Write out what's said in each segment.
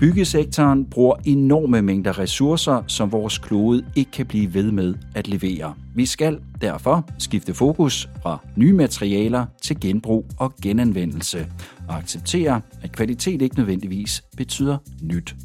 Byggesektoren bruger enorme mængder ressourcer, som vores klode ikke kan blive ved med at levere. Vi skal derfor skifte fokus fra nye materialer til genbrug og genanvendelse og acceptere, at kvalitet ikke nødvendigvis betyder nyt.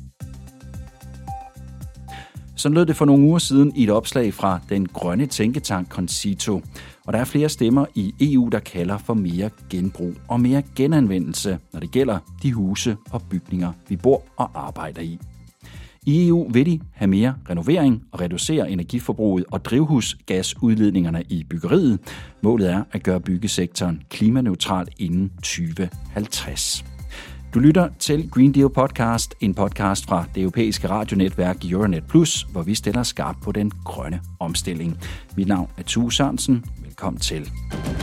Sådan lød det for nogle uger siden i et opslag fra den grønne tænketank Concito. Og der er flere stemmer i EU, der kalder for mere genbrug og mere genanvendelse, når det gælder de huse og bygninger, vi bor og arbejder i. I EU vil de have mere renovering og reducere energiforbruget og drivhusgasudledningerne i byggeriet. Målet er at gøre byggesektoren klimaneutral inden 2050. Du lytter til Green Deal Podcast, en podcast fra det europæiske radionetværk Euronet Plus, hvor vi stiller skarp på den grønne omstilling. Mit navn er Tue Sørensen. Velkommen til.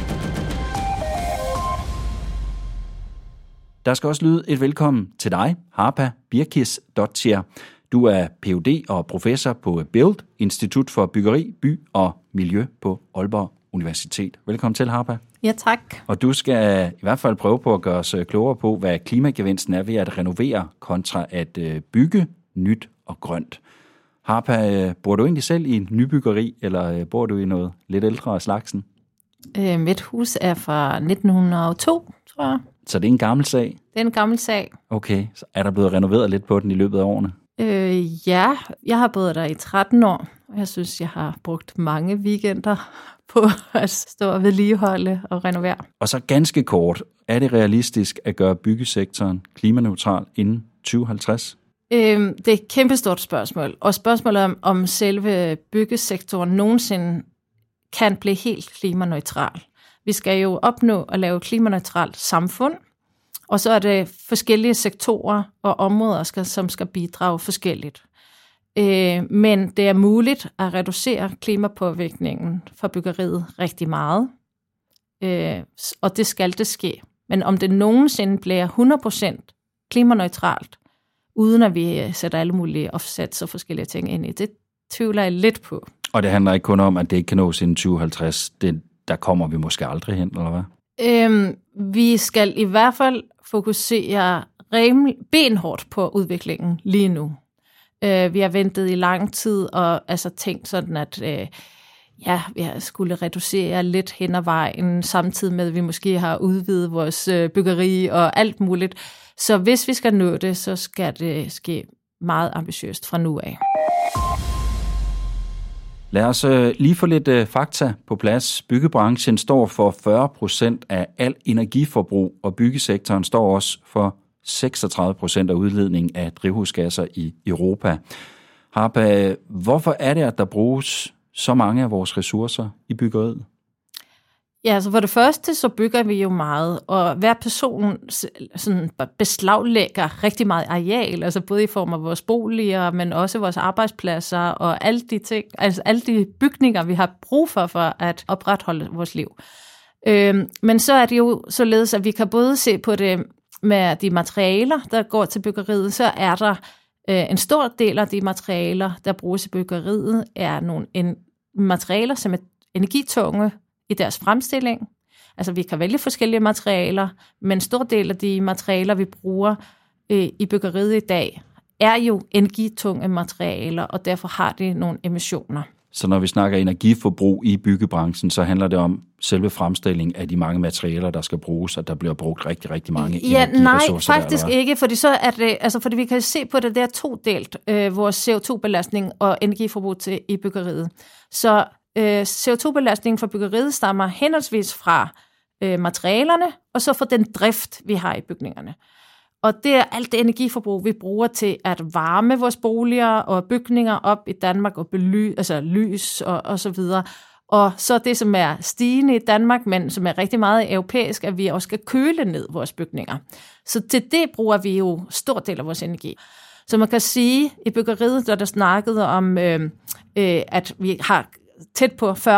Der skal også lyde et velkommen til dig, Harpa Birkisdottir. Du er Ph.D. og professor på BUILD, Institut for Byggeri, By og Miljø på Aalborg Universitet. Velkommen til, Harpa. Ja, tak. Og du skal i hvert fald prøve på at gøre os klogere på, hvad klimagevinsten er ved at renovere kontra at bygge nyt og grønt. Harpa, bor du egentlig selv i en nybyggeri, eller bor du i noget lidt ældre af slagsen? Mit hus er fra 1902, tror jeg. Så det er en gammel sag? Det er en gammel sag. Okay, så er der blevet renoveret lidt på den i løbet af årene? Ja, jeg har boet der i 13 år, og jeg synes, jeg har brugt mange weekender på at stå og vedligeholde og renovere. Og så ganske kort, er det realistisk at gøre byggesektoren klimaneutral inden 2050? Det er et kæmpestort spørgsmål, og spørgsmålet om selve byggesektoren nogensinde kan blive helt klimaneutral. Vi skal jo opnå at lave et klimaneutralt samfund, og så er det forskellige sektorer og områder, som skal bidrage forskelligt. Men det er muligt at reducere klimapåvirkningen fra byggeriet rigtig meget, og det skal det ske. Men om det nogensinde bliver 100% klimaneutralt, uden at vi sætter alle mulige offsets og forskellige ting ind i, det tvivler jeg lidt på. Og det handler ikke kun om, at det ikke kan nås inden 2050. Der kommer vi måske aldrig hen, eller hvad? Vi skal i hvert fald fokusere benhårdt på udviklingen lige nu. Vi har ventet i lang tid og tænkt sådan, at vi skulle reducere lidt hen ad vejen, samtidig med, at vi måske har udvidet vores byggeri og alt muligt. Så hvis vi skal nå det, så skal det ske meget ambitiøst fra nu af. Lad os lige få lidt fakta på plads. Byggebranchen står for 40% af al energiforbrug, og byggesektoren står også for 36% af udledning af drivhusgasser i Europa. Harpa, hvorfor er det, at der bruges så mange af vores ressourcer i byggeriet? Ja, så for det første, så bygger vi jo meget, og hver person sådan beslaglægger rigtig meget areal, altså både i form af vores boliger, men også vores arbejdspladser og alle de ting, altså alle de bygninger, vi har brug for at opretholde vores liv. Men så er det jo således, at vi kan både se på det med de materialer, der går til byggeriet, så er der en stor del af de materialer, der bruges i byggeriet, er nogle materialer, som er energitunge i deres fremstilling. Altså vi kan vælge forskellige materialer, men en stor del af de materialer, vi bruger i byggeriet i dag, er jo energitunge materialer, og derfor har de nogle emissioner. Så når vi snakker energiforbrug i byggebranchen, så handler det om selve fremstillingen af de mange materialer, der skal bruges, og der bliver brugt rigtig, rigtig mange energiressourcer. Nej, faktisk ikke, fordi så er det, fordi vi kan se på det, der er todelt, vores CO2-belastning og energiforbrug i byggeriet. Så CO2-belastningen for byggeriet stammer henholdsvis fra materialerne, og så fra den drift, vi har i bygningerne. Og det er alt det energiforbrug, vi bruger til at varme vores boliger og bygninger op i Danmark, og lys og så videre. Og så det, som er stigende i Danmark, men som er rigtig meget europæisk, at vi også skal køle ned vores bygninger. Så til det bruger vi jo stor del af vores energi. Så man kan sige, i byggeriet, der snakket om, at vi har tæt på 40%, 36%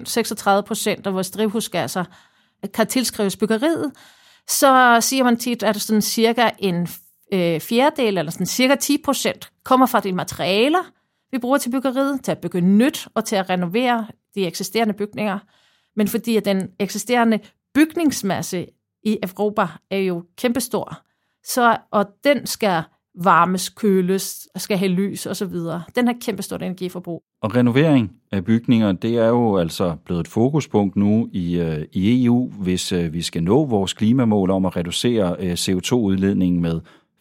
af vores drivhusgasser kan tilskrives byggeriet, så siger man tit, at sådan cirka en fjerdedel, eller sådan cirka 10%, kommer fra de materialer, vi bruger til byggeriet, til at bygge nyt og til at renovere de eksisterende bygninger. Men fordi at den eksisterende bygningsmasse i Europa er jo kæmpestor, og den skal varmes, køles, skal have lys osv. Den har kæmpestort energiforbrug. Og renovering af bygninger, det er jo altså blevet et fokuspunkt nu i EU, hvis vi skal nå vores klimamål om at reducere CO2-udledningen med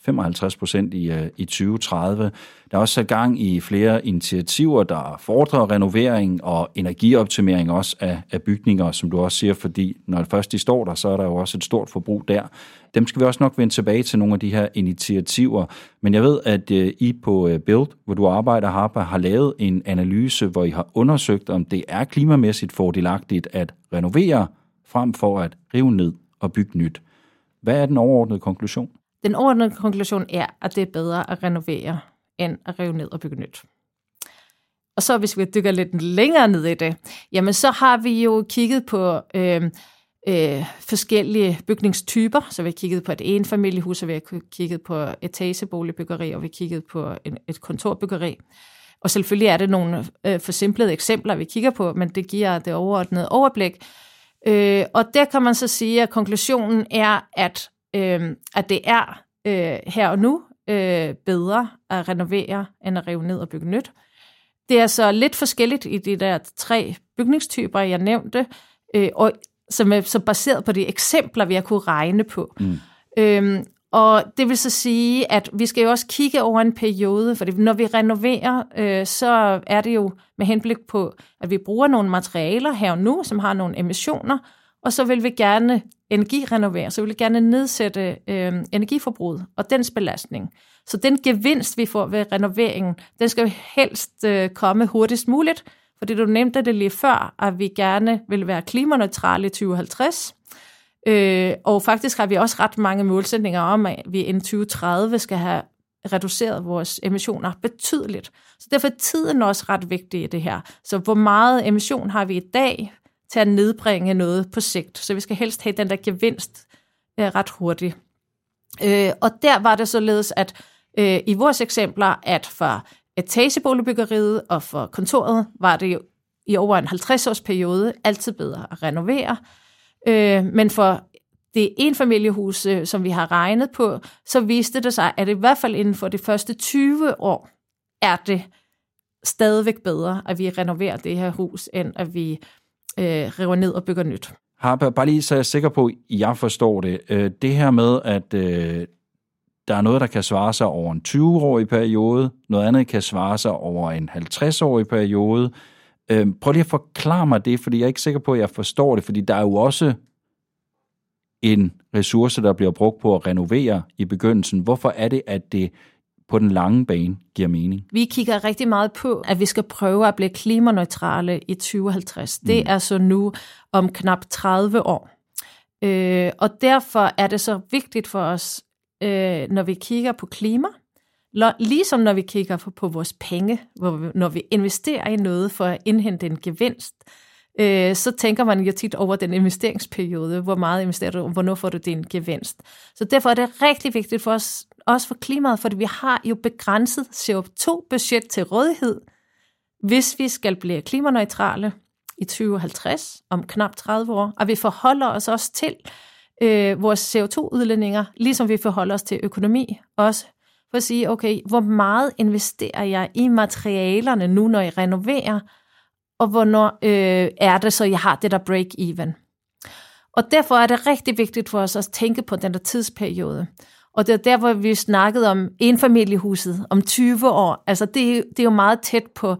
55% i 2030. Der er også sat gang i flere initiativer, der fordrer renovering og energioptimering også af bygninger, som du også siger, fordi når først de står der, så er der jo også et stort forbrug der. Dem skal vi også nok vende tilbage til nogle af de her initiativer. Men jeg ved, at I på Build, hvor du arbejder, Harper, har lavet en analyse, hvor I har undersøgt, om det er klimamæssigt fordelagtigt at renovere, frem for at rive ned og bygge nyt. Hvad er den overordnede konklusion? Den overordnede konklusion er, at det er bedre at renovere, end at rive ned og bygge nyt. Og så hvis vi dykker lidt længere ned i det, jamen så har vi jo kigget på forskellige bygningstyper. Så vi har kigget på et enfamiliehus, og vi har kigget på etageboligbyggeri, og vi har kigget på et kontorbyggeri. Og selvfølgelig er det nogle forsimplede eksempler, vi kigger på, men det giver det overordnede overblik. Og der kan man så sige, at konklusionen er, at det er her og nu bedre at renovere, end at rive ned og bygge nyt. Det er så lidt forskelligt i de der 3 bygningstyper, jeg nævnte, og som er så baseret på de eksempler, vi har kunne regne på. Og det vil så sige, at vi skal jo også kigge over en periode, for når vi renoverer, så er det jo med henblik på, at vi bruger nogle materialer her og nu, som har nogle emissioner, og så vil vi gerne energirenovere, så vil vi gerne nedsætte energiforbruget og dens belastning. Så den gevinst, vi får ved renoveringen, den skal helst komme hurtigst muligt, fordi du nævnte det lige før, at vi gerne vil være klimaneutrale i 2050. Og faktisk har vi også ret mange målsætninger om, at vi inden 2030 skal have reduceret vores emissioner betydeligt. Så derfor er tiden også ret vigtig i det her. Så hvor meget emission har vi i dag til at nedbringe noget på sigt? Så vi skal helst have den der gevinst ret hurtigt. Og der var det således, at i vores eksempler, at for etageboligbyggeriet og for kontoret var det jo i over en 50-års periode altid bedre at renovere. Men for det enfamiliehus, som vi har regnet på, så viste det sig, at i hvert fald inden for de første 20 år er det stadigvæk bedre, at vi renoverer det her hus, end at vi river ned og bygger nyt. Harper, bare lige så jeg er sikker på, at jeg forstår det. Det her med, at der er noget, der kan svare sig over en 20-årig periode, noget andet kan svare sig over en 50-årig periode. Prøv lige at forklare mig det, fordi jeg er ikke sikker på, at jeg forstår det, fordi der er jo også en ressource, der bliver brugt på at renovere i begyndelsen. Hvorfor er det, at det på den lange bane giver mening? Vi kigger rigtig meget på, at vi skal prøve at blive klimaneutrale i 2050. Det er så nu om knap 30 år. Og derfor er det så vigtigt for os, når vi kigger på klima, ligesom når vi kigger på vores penge, når vi investerer i noget for at indhente en gevinst, så tænker man jo tit over den investeringsperiode, hvor meget investerer du, og hvornår får du din gevinst. Så derfor er det rigtig vigtigt for os, også for klimaet, fordi vi har jo begrænset CO2-budget til rådighed, hvis vi skal blive klimaneutrale i 2050, om knap 30 år, og vi forholder os også til vores CO2-udledninger, ligesom vi forholder os til økonomi også, for at sige, okay, hvor meget investerer jeg i materialerne nu, når jeg renoverer, og hvornår er det så, jeg har det der break-even. Og derfor er det rigtig vigtigt for os at tænke på den der tidsperiode. Og det er der, hvor vi snakkede om enfamiliehuset om 20 år. Altså det er jo meget tæt på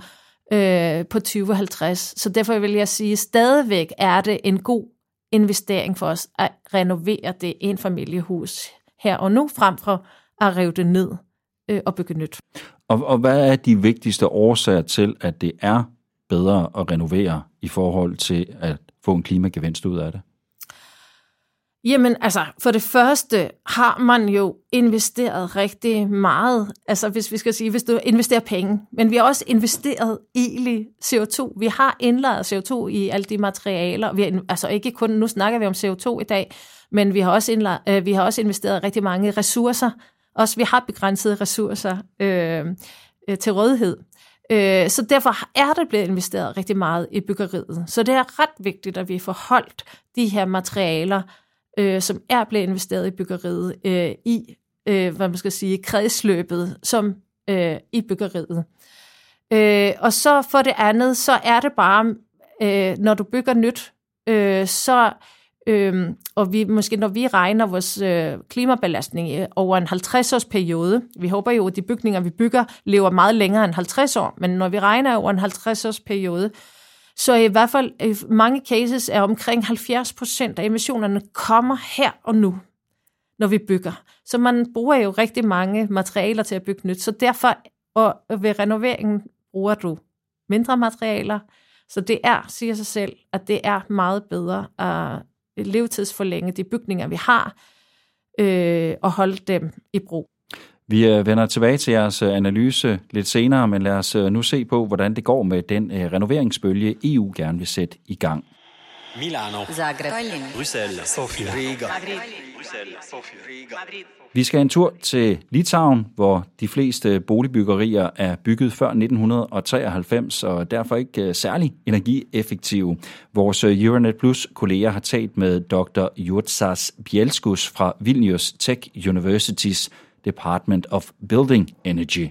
2050. Så derfor vil jeg sige, stadigvæk er det en god investering for os at renovere det enfamiliehus her og nu, frem for at rive det ned og bygge nyt. Og hvad er de vigtigste årsager til, at det er bedre at renovere i forhold til at få en klimagevinst ud af det? Jamen, altså, for det første har man jo investeret rigtig meget, altså hvis du investerer penge, men vi har også investeret i CO2. Vi har indlagt CO2 i alle de materialer. Altså ikke kun, nu snakker vi om CO2 i dag, men vi har også investeret rigtig mange ressourcer. Også vi har begrænsede ressourcer til rådighed. Så derfor er der blevet investeret rigtig meget i byggeriet. Så det er ret vigtigt, at vi får holdt de her materialer, som er blevet investeret i byggeriet, i kredsløbet som i byggeriet. Og så for det andet, så er det bare, når du bygger nyt, og når vi regner vores klimabelastning over en 50-års periode, vi håber jo, at de bygninger, vi bygger, lever meget længere end 50 år, men når vi regner over en 50-års periode, så i hvert fald i mange cases er omkring 70% af emissionerne kommer her og nu, når vi bygger. Så man bruger jo rigtig mange materialer til at bygge nyt, så derfor ved renoveringen bruger du mindre materialer, så det siger sig selv, at det er meget bedre at levetidsforlænge de bygninger, vi har, og holde dem i brug. Vi vender tilbage til jeres analyse lidt senere, men lad os nu se på, hvordan det går med den renoveringsbølge, EU gerne vil sætte i gang. Milano, Zagreb, Bruxelles, Sofia, Riga, Madrid. Vi skal en tur til Litauen, hvor de fleste boligbyggerier er bygget før 1993 og derfor ikke særlig energieffektive. Vores Euronet Plus kolleger har talt med Dr. Jurtsas Bielskus fra Vilnius Tech University's Department of Building Energy.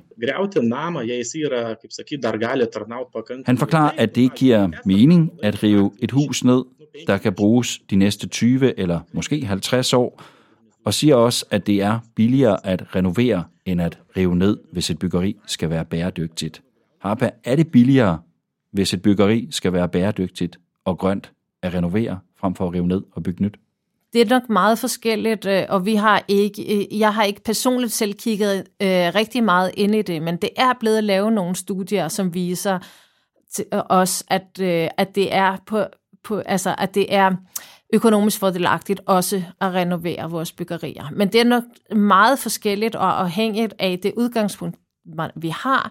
Han forklarer, at det ikke giver mening at rive et hus ned, der kan bruges de næste 20 eller måske 50 år, og siger også, at det er billigere at renovere end at rive ned, hvis et byggeri skal være bæredygtigt. Harpa, er det billigere, hvis et byggeri skal være bæredygtigt og grønt at renovere, frem for at rive ned og bygge nyt? Det er nok meget forskelligt, og jeg har ikke personligt selv kigget rigtig meget ind i det, men det er blevet lavet nogle studier, som viser os, at det er at det er økonomisk fordelagtigt også at renovere vores byggerier. Men det er nok meget forskelligt og afhængigt af det udgangspunkt, vi har,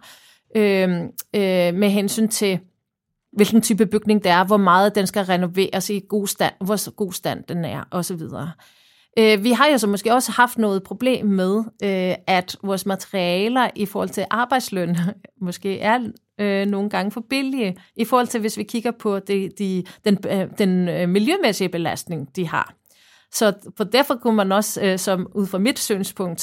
med hensyn til hvilken type bygning det er, hvor meget den skal renoveres i god stand, hvor god stand den er, osv. Vi har jo så måske også haft noget problem med, at vores materialer i forhold til arbejdsløn måske er nogle gange for billige, i forhold til hvis vi kigger på den miljømæssige belastning, de har. Så derfor kunne man også, ud fra mit synspunkt,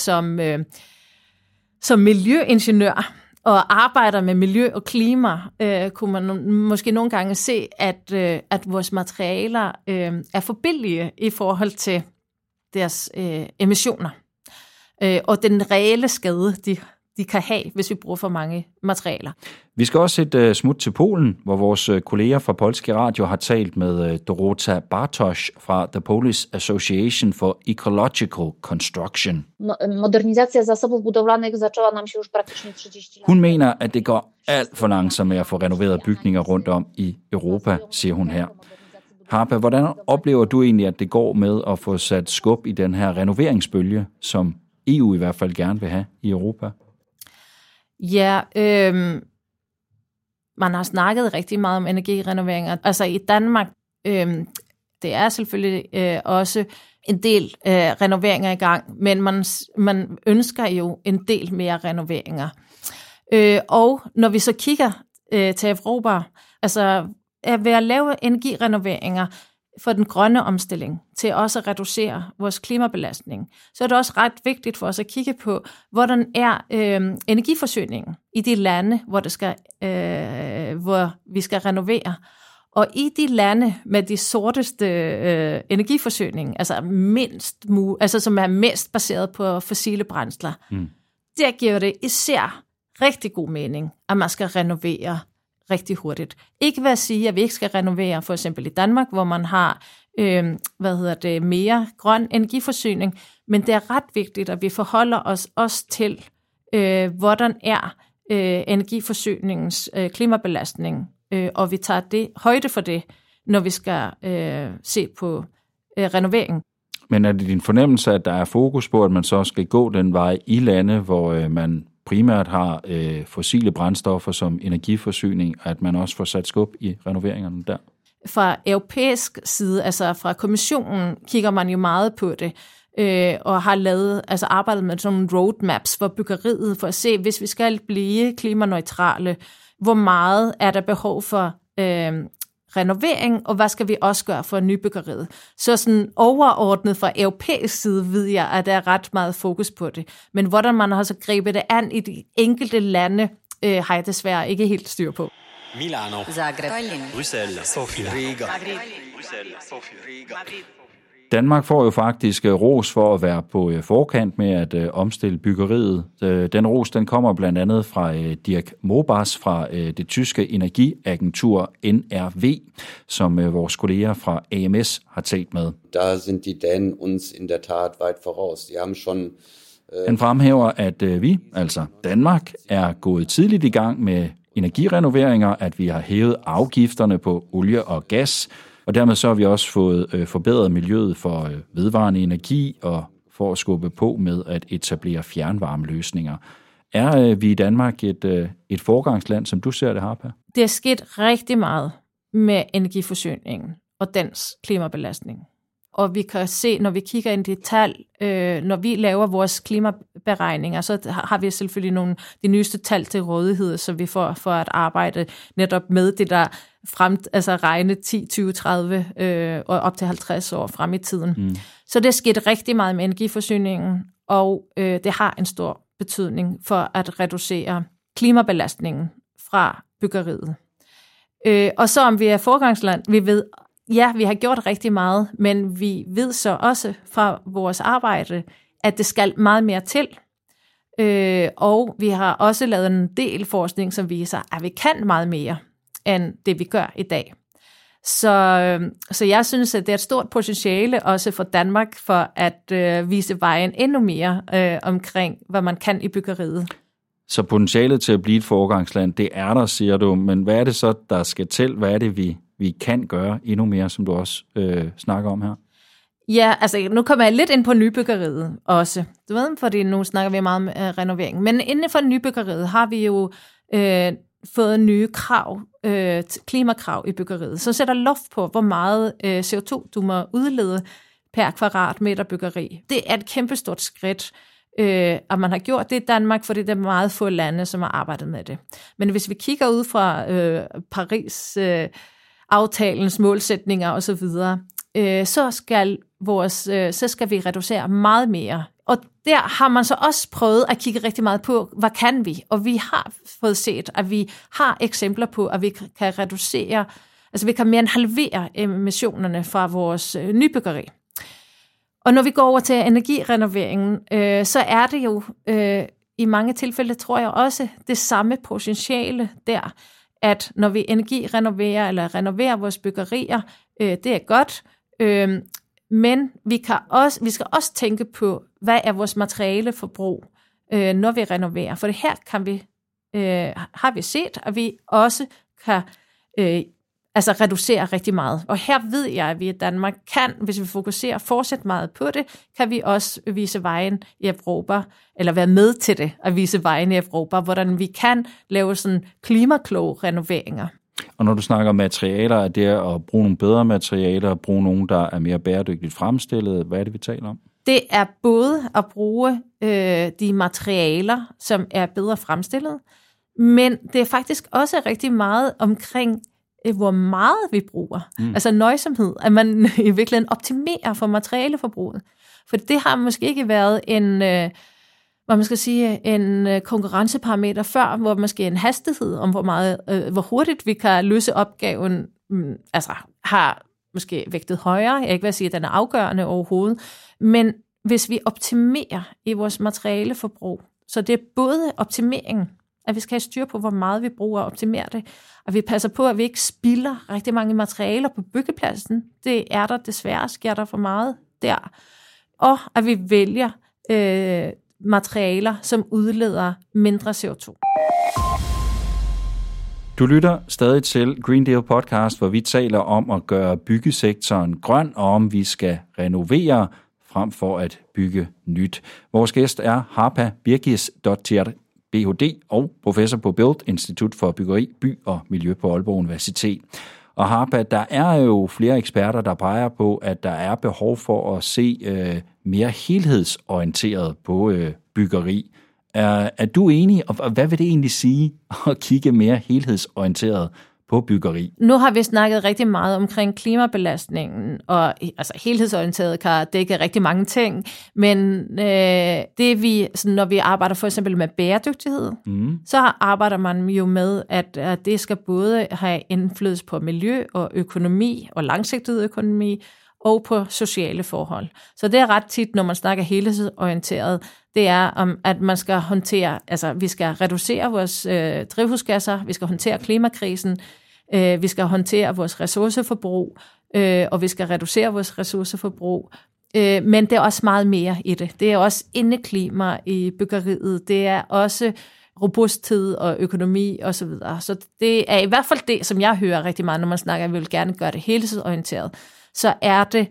som miljøingeniør, og arbejder med miljø og klima, kunne man måske nogle gange se, at vores materialer er for billige i forhold til deres emissioner. Og den reelle skade, de kan have, hvis vi bruger for mange materialer. Vi skal også et smut til Polen, hvor vores kolleger fra Polski Radio har talt med Dorota Bartosz fra The Polish Association for Ecological Construction. Modernizacja zasobów budowlanych zaczęła nam się już praktycznie 30 lat. Hun mener, at det går alt for langsomt med at få renoveret bygninger rundt om i Europa, siger hun her. Harpa, hvordan oplever du egentlig, at det går med at få sat skub i den her renoveringsbølge, som EU i hvert fald gerne vil have i Europa? Ja, man har snakket rigtig meget om energirenoveringer. Altså i Danmark, det er selvfølgelig også en del renoveringer i gang, men man ønsker jo en del mere renoveringer. Og når vi så kigger til Europa, altså ved at lave energirenoveringer for den grønne omstilling, til også at reducere vores klimabelastning, så er det også ret vigtigt for os at kigge på, hvordan er energiforsyningen i de lande, hvor vi skal renovere. Og i de lande med de sorteste energiforsyning, altså som er mest baseret på fossile brændsler, der giver det især rigtig god mening, at man skal renovere rigtig hurtigt. Ikke ved at sige, at vi ikke skal renovere, for eksempel i Danmark, hvor man har mere grøn energiforsyning, men det er ret vigtigt, at vi forholder os også til, hvordan er energiforsyningens klimabelastning, og vi tager det højde for det, når vi skal se på renovering. Men er det din fornemmelse, at der er fokus på, at man så skal gå den vej i lande, hvor man primært har fossile brændstoffer som energiforsyning, at man også får sat skub i renoveringerne der? Fra europæisk side, altså fra kommissionen, kigger man jo meget på det, og har arbejdet med sådan nogle roadmaps for byggeriet, for at se, hvis vi skal blive klimaneutrale, hvor meget er der behov for renovering, og hvad skal vi også gøre for nybyggeriet. Så sådan overordnet fra europæisk side ved jeg, at der er ret meget fokus på det. Men hvordan man har så grebet det an i de enkelte lande, har jeg desværre ikke helt styr på. Milano, Zagreb, Bruxelles, Sofia, Riga, Bruxelles, Sofia, Riga. Danmark får jo faktisk ros for at være på forkant med at omstille byggeriet. Den ros, den kommer blandt andet fra Dirk Mobas fra det tyske energiagentur NRW, som vores kolleger fra AMS har talt med. Da sind die Dänen uns in der Tat weit voraus. Die haben schon Han fremhæver, at vi, altså Danmark, er gået tidligt i gang med energirenoveringer, at vi har hævet afgifterne på olie og gas, og dermed så har vi også fået forbedret miljøet for vedvarende energi og for at skubbe på med at etablere fjernvarmeløsninger. Er vi i Danmark et foregangsland, som du ser det, Harpa? Det er sket rigtig meget med energiforsyningen og dens klimabelastning. Og vi kan se, når vi kigger ind i tal, når vi laver vores klimaberegninger, så har vi selvfølgelig de nyeste tal til rådighed, så vi får for at arbejde netop med det der regne 10, 20, 30 og op til 50 år frem i tiden. Så det er sket rigtig meget med energiforsyningen, og det har en stor betydning for at reducere klimabelastningen fra byggeriet. Og så om vi er foregangsland, vi ved, ja, vi har gjort rigtig meget, men vi ved så også fra vores arbejde, at det skal meget mere til. Og vi har også lavet en del forskning, som viser, at vi kan meget mere, end det vi gør i dag. Så jeg synes, at det er et stort potentiale også for Danmark, for at vise vejen endnu mere omkring, hvad man kan i byggeriet. Så potentialet til at blive et foregangsland, det er der, siger du, men hvad er det så, der skal til? Hvad er det, vi kan gøre endnu mere, som du også snakker om her? Ja, altså nu kommer jeg lidt ind på nybyggeriet også. Du ved, fordi nu snakker vi meget om renovering. Men inden for nybyggeriet har vi jo fået nye krav, klimakrav i byggeriet, så sætter loft på, hvor meget CO2 du må udlede per kvadratmeter byggeri. Det er et kæmpestort skridt, og man har gjort det i Danmark, fordi det er meget få lande, som har arbejdet med det. Men hvis vi kigger ud fra Paris aftalens målsætninger osv., så skal vi reducere meget mere. Og der har man så også prøvet at kigge rigtig meget på, hvad kan vi? Og vi har fået set, at vi har eksempler på, at vi kan reducere, altså vi kan mere end halvere emissionerne fra vores nybyggeri. Og når vi går over til energirenoveringen, så er det jo i mange tilfælde, tror jeg også, det samme potentiale der, at når vi energirenoverer eller renoverer vores byggerier, det er godt, men vi skal også tænke på, hvad er vores materialeforbrug, når vi renoverer. For det her har vi set, at vi også kan reducere rigtig meget. Og her ved jeg, at vi i Danmark kan, hvis vi fokuserer fortsat meget på det, kan vi også vise vejen i Europa, eller være med til det, at vise vejen i Europa, hvordan vi kan lave sådan klimakloge renoveringer. Og når du snakker materialer, er det at bruge nogle bedre materialer, bruge nogle, der er mere bæredygtigt fremstillet? Hvad er det, vi taler om? Det er både at bruge de materialer, som er bedre fremstillet, men det er faktisk også rigtig meget omkring, hvor meget vi bruger. Altså nøjsomhed, at man i virkeligheden optimerer for materialeforbruget. For det har måske ikke været en konkurrenceparameter før, hvor måske en hastighed om hvor hurtigt vi kan løse opgaven, har måske vægtet højere. Jeg ikke vil sige, at den er afgørende overhovedet. Men hvis vi optimerer i vores materialeforbrug, så det er både optimeringen, at vi skal have styr på, hvor meget vi bruger og optimere det, og vi passer på, at vi ikke spilder rigtig mange materialer på byggepladsen. Det er der desværre, sker der for meget der. Og at vi vælger materialer, som udleder mindre CO2. Du lytter stadig til Green Deal Podcast, hvor vi taler om at gøre byggesektoren grøn, og om vi skal renovere frem for at bygge nyt. Vores gæst er Harpa Birgisdottir, Ph.D. og professor på Build, Institut for Byggeri, By og Miljø på Aalborg Universitet. Og Harpa, der er jo flere eksperter, der peger på, at der er behov for at se mere helhedsorienteret på byggeri. Er du enig, og hvad vil det egentlig sige at kigge mere helhedsorienteret på byggeri. Nu har vi snakket rigtig meget omkring klimabelastningen, og altså helhedsorienteret kan dække rigtig mange ting, men det vi, sådan, når vi arbejder for eksempel med bæredygtighed, så arbejder man jo med, at det skal både have indflydelse på miljø og økonomi og langsigtet økonomi, og på sociale forhold. Så det er ret tit, når man snakker helhedsorienteret, det er, at man skal håndtere, altså vi skal reducere vores drivhusgasser, vi skal håndtere klimakrisen, vi skal håndtere vores ressourceforbrug, og vi skal reducere vores ressourceforbrug. Men det er også meget mere i det. Det er også indeklima i byggeriet, det er også robusthed og økonomi osv. Så det er i hvert fald det, som jeg hører rigtig meget, når man snakker, at vi vil gerne gøre det helhedsorienteret. Så er det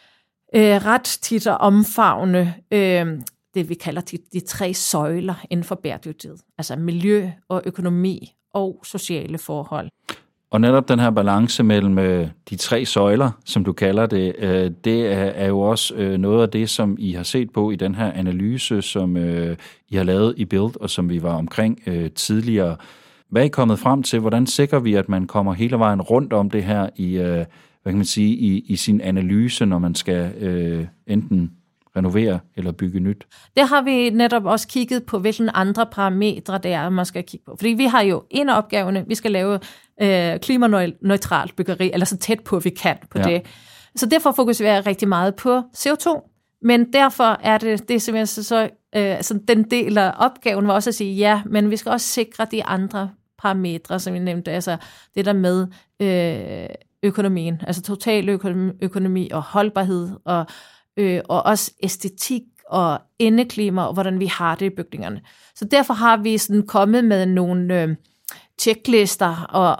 ret tit at omfavne det, vi kalder de 3 søjler inden for bæredygtighed. Altså miljø og økonomi og sociale forhold. Og netop den her balance mellem de 3 søjler, som du kalder det, det er jo også noget af det, som I har set på i den her analyse, som I har lavet i Build, og som vi var omkring tidligere. Hvad er I kommet frem til? Hvordan sikrer vi, at man kommer hele vejen rundt om det her i, hvad kan man sige, i sin analyse, når man skal enten renovere eller bygge nyt? Det har vi netop også kigget på, hvilke andre parametre det er, man skal kigge på. Fordi vi har jo en af opgaverne, vi skal lave klimaneutralt byggeri, eller så tæt på, vi kan på det. Så derfor fokuserer jeg rigtig meget på CO2. Men derfor er det som jeg så den del af opgaven var også at sige, ja, men vi skal også sikre de andre parametre, som vi nævnte, altså det der med økonomien, altså total økonomi og holdbarhed, og også æstetik og indeklima, og hvordan vi har det i bygningerne. Så derfor har vi sådan kommet med nogle checklister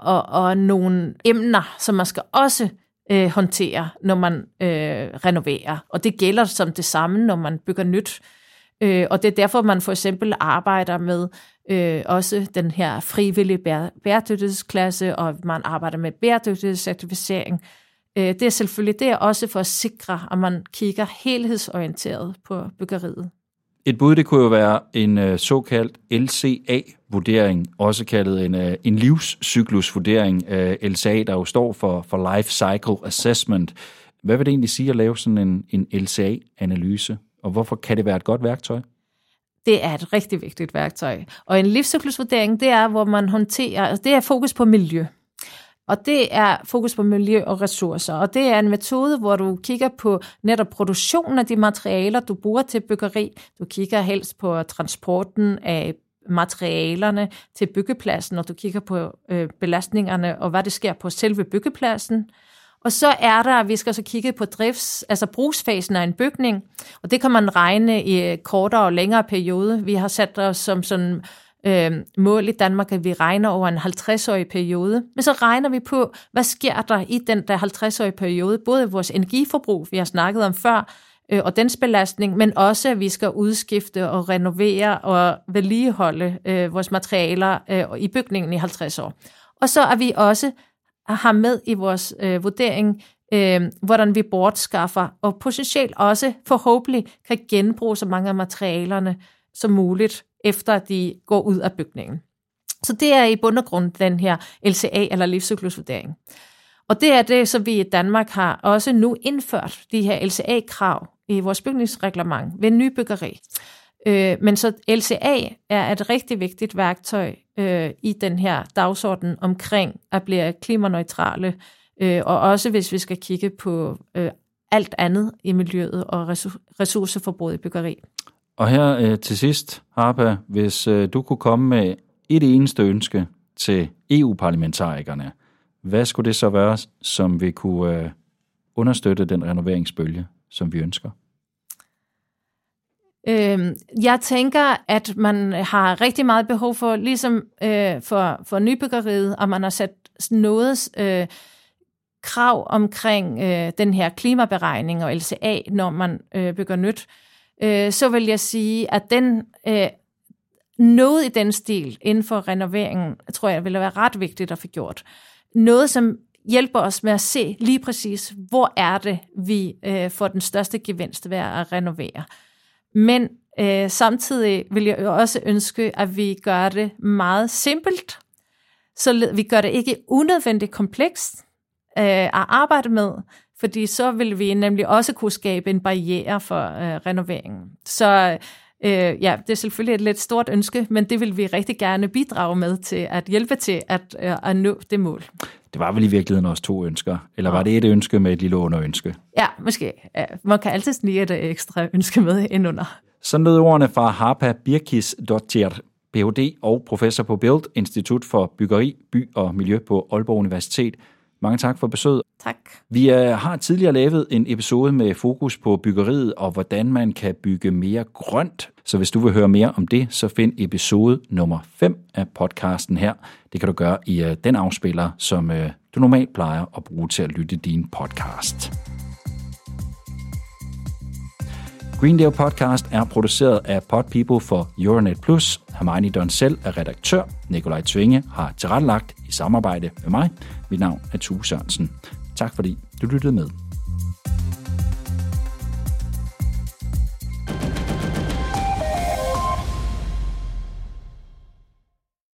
og nogle emner, som man skal også håndtere, når man renoverer. Og det gælder som det samme, når man bygger nyt. Og det er derfor, man for eksempel arbejder med også den her frivillige bæredygtighedsklasse, og man arbejder med bæredygtighedscertificering. Det er selvfølgelig det også for at sikre, at man kigger helhedsorienteret på byggeriet. Et bud, det kunne jo være en såkaldt LCA-vurdering, også kaldet en livscyklusvurdering. LCA, der jo står for Life Cycle Assessment. Hvad vil det egentlig sige at lave sådan en LCA-analyse, og hvorfor kan det være et godt værktøj? Det er et rigtig vigtigt værktøj. Og en livscyklusvurdering, det er, hvor man håndterer, altså det er fokus på miljø. Og det er fokus på miljø og ressourcer. Og det er en metode, hvor du kigger på netop produktionen af de materialer, du bruger til byggeri. Du kigger helst på transporten af materialerne til byggepladsen, og du kigger på belastningerne og hvad det sker på selve byggepladsen. Og så er der, vi skal så kigge på altså brugsfasen af en bygning, og det kan man regne i kortere og længere periode. Vi har sat os som sådan mål i Danmark, at vi regner over en 50-årig periode, men så regner vi på, hvad sker der i den der 50-årige periode, både vores energiforbrug, vi har snakket om før, og dens belastning, men også, at vi skal udskifte og renovere og vedligeholde vores materialer i bygningen i 50 år. Og så er vi også har med i vores vurdering, hvordan vi bortskaffer, og potentielt også forhåbentlig kan genbruge så mange af materialerne som muligt, efter at de går ud af bygningen. Så det er i bund og grund den her LCA, eller livscyklusvurdering. Og det er det, som vi i Danmark har også nu indført, de her LCA-krav i vores bygningsreglement ved nybyggeri. Men så LCA er et rigtig vigtigt værktøj i den her dagsorden omkring at blive klimaneutrale, og også hvis vi skal kigge på alt andet i miljøet og ressourceforbruget i byggeri. Og her til sidst, Harpa, hvis du kunne komme med et eneste ønske til EU-parlamentarikerne, hvad skulle det så være, som vi kunne understøtte den renoveringsbølge, som vi ønsker? Jeg tænker, at man har rigtig meget behov for, ligesom for nybyggeriet, og man har sat noget krav omkring den her klimaberegning og LCA, når man bygger nyt. Så vil jeg sige, at noget i den stil inden for renoveringen, tror jeg, vil være ret vigtigt at få gjort. Noget, som hjælper os med at se lige præcis, hvor er det, vi får den største gevinst ved at renovere. Men samtidig vil jeg også ønske, at vi gør det meget simpelt, så vi gør det ikke unødvendigt komplekst at arbejde med, fordi så vil vi nemlig også kunne skabe en barriere for renoveringen. Så det er selvfølgelig et lidt stort ønske, men det vil vi rigtig gerne bidrage med til at hjælpe til at nå det mål. Det var vel i virkeligheden også 2 ønsker, eller var det et ønske med et lille underønske? Ja, måske. Man kan altid snige et ekstra ønske med indunder. Så lød ordene fra Harpa Birkisdottir, Ph.D. og professor på BILD, Institut for Byggeri, By og Miljø på Aalborg Universitet. Mange tak for besøget. Tak. Vi har tidligere lavet en episode med fokus på byggeriet og hvordan man kan bygge mere grønt. Så hvis du vil høre mere om det, så find episode nummer 5 af podcasten her. Det kan du gøre i den afspiller, som du normalt plejer at bruge til at lytte din podcast. Greendale Podcast er produceret af Pod People for Euronet Plus. Hermione Donsel er redaktør. Nikolaj Tvinge har tilrettelagt i samarbejde med mig. Mit navn er Tue Sørensen. Tak fordi du lyttede med.